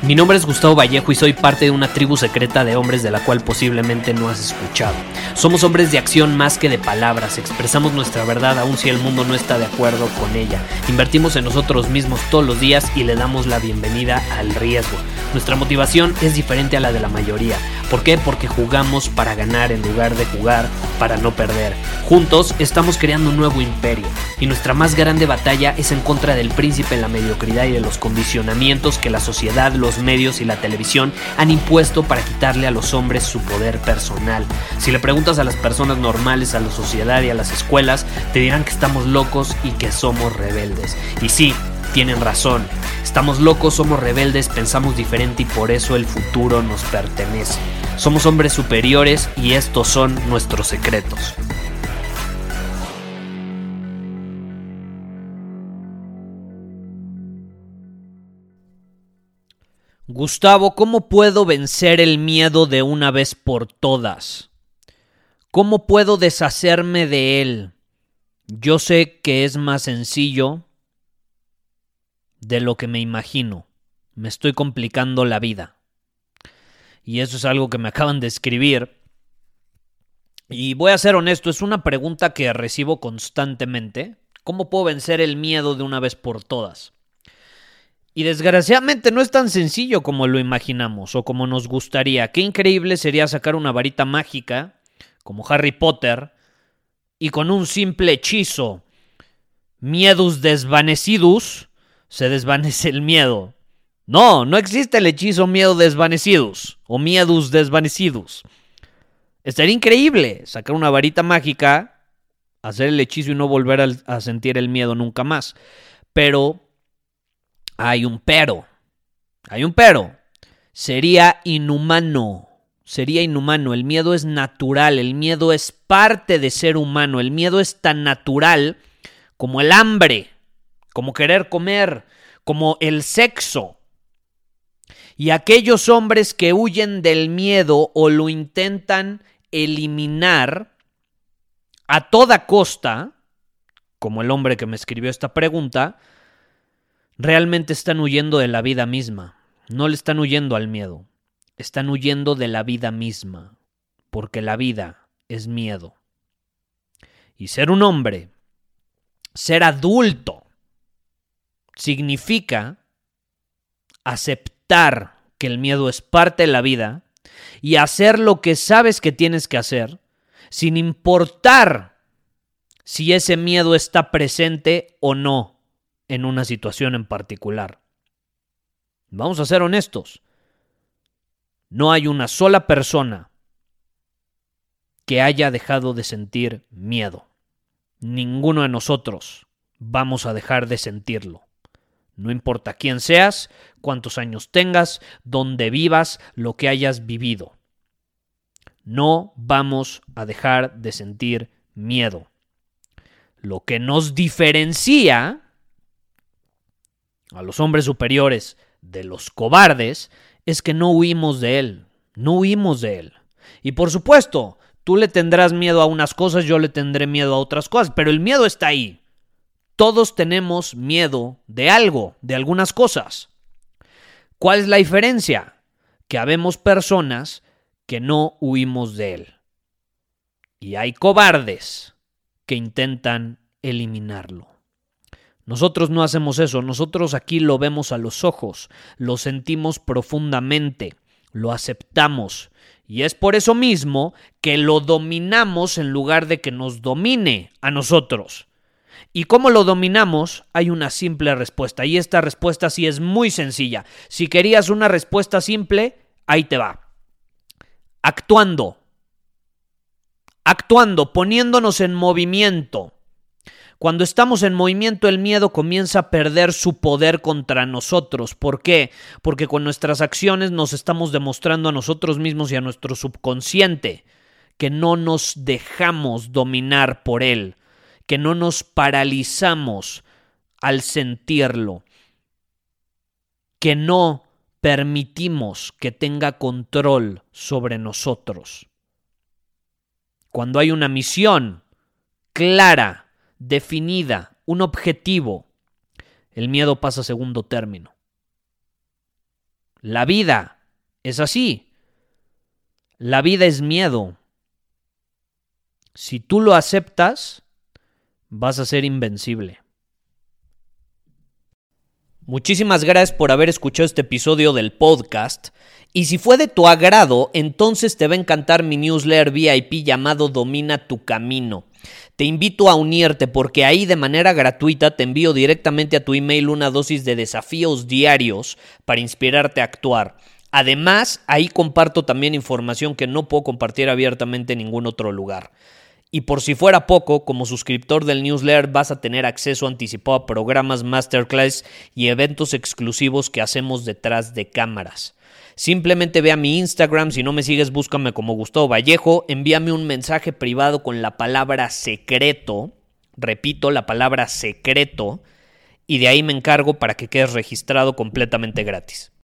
Mi nombre es Gustavo Vallejo y soy parte de una tribu secreta de hombres de la cual posiblemente no has escuchado. Somos hombres de acción más que de palabras, expresamos nuestra verdad aun si el mundo no está de acuerdo con ella. Invertimos en nosotros mismos todos los días y le damos la bienvenida al riesgo. Nuestra motivación es diferente a la de la mayoría. ¿Por qué? Porque jugamos para ganar en lugar de jugar para no perder. Juntos estamos creando un nuevo imperio y nuestra más grande batalla es en contra del príncipe, la mediocridad y de los condicionamientos que la sociedad, los medios y la televisión han impuesto para quitarle a los hombres su poder personal. Si le preguntas a las personas normales, a la sociedad y a las escuelas, te dirán que estamos locos y que somos rebeldes. Y sí, tienen razón. Estamos locos, somos rebeldes, pensamos diferente y por eso el futuro nos pertenece. Somos hombres superiores y estos son nuestros secretos. Gustavo, ¿cómo puedo vencer el miedo de una vez por todas? ¿Cómo puedo deshacerme de él? Yo sé que es más sencillo de lo que me imagino. Me estoy complicando la vida. Y eso es algo que me acaban de escribir. Y voy a ser honesto, es una pregunta que recibo constantemente. ¿Cómo puedo vencer el miedo de una vez por todas? Y desgraciadamente no es tan sencillo como lo imaginamos o como nos gustaría. Qué increíble sería sacar una varita mágica, como Harry Potter, y con un simple hechizo, miedus desvanecidus, se desvanece el miedo. No existe el hechizo miedo desvanecidus o miedus desvanecidus. Estaría increíble sacar una varita mágica, hacer el hechizo y no volver a sentir el miedo nunca más. Pero hay un pero. Sería inhumano. El miedo es natural. El miedo es parte de ser humano. El miedo es tan natural como el hambre, como querer comer, como el sexo. Y aquellos hombres que huyen del miedo o lo intentan eliminar a toda costa, como el hombre que me escribió esta pregunta, realmente están huyendo de la vida misma. No le están huyendo al miedo. Están huyendo de la vida misma. Porque la vida es miedo. Y ser un hombre, ser adulto, significa aceptar que el miedo es parte de la vida y hacer lo que sabes que tienes que hacer sin importar si ese miedo está presente o no en una situación en particular. Vamos a ser honestos. No hay una sola persona que haya dejado de sentir miedo. Ninguno de nosotros vamos a dejar de sentirlo. No importa quién seas, cuántos años tengas, dónde vivas, lo que hayas vivido. No vamos a dejar de sentir miedo. Lo que nos diferencia a los hombres superiores de los cobardes es que no huimos de él. Y por supuesto, tú le tendrás miedo a unas cosas, yo le tendré miedo a otras cosas, pero el miedo está ahí. Todos tenemos miedo de algo, de algunas cosas. ¿Cuál es la diferencia? Que habemos personas que no huimos de él. Y hay cobardes que intentan eliminarlo. Nosotros no hacemos eso, nosotros aquí lo vemos a los ojos, lo sentimos profundamente, lo aceptamos y es por eso mismo que lo dominamos en lugar de que nos domine a nosotros. ¿Y cómo lo dominamos? Hay una simple respuesta y esta respuesta sí es muy sencilla. Si querías una respuesta simple, ahí te va. Actuando, poniéndonos en movimiento. Cuando estamos en movimiento, el miedo comienza a perder su poder contra nosotros. ¿Por qué? Porque con nuestras acciones nos estamos demostrando a nosotros mismos y a nuestro subconsciente que no nos dejamos dominar por él, que no nos paralizamos al sentirlo, que no permitimos que tenga control sobre nosotros. Cuando hay una misión clara, definida, un objetivo, el miedo pasa a segundo término. La vida es así. La vida es miedo. Si tú lo aceptas, vas a ser invencible. Muchísimas gracias por haber escuchado este episodio del podcast. Y si fue de tu agrado, entonces te va a encantar mi newsletter VIP llamado Domina tu Camino. Te invito a unirte porque ahí de manera gratuita te envío directamente a tu email una dosis de desafíos diarios para inspirarte a actuar. Además, ahí comparto también información que no puedo compartir abiertamente en ningún otro lugar. Y por si fuera poco, como suscriptor del newsletter vas a tener acceso anticipado a programas, masterclass y eventos exclusivos que hacemos detrás de cámaras. Simplemente ve a mi Instagram, si no me sigues búscame como Gustavo Vallejo, envíame un mensaje privado con la palabra secreto, repito, la palabra secreto, y de ahí me encargo para que quedes registrado completamente gratis.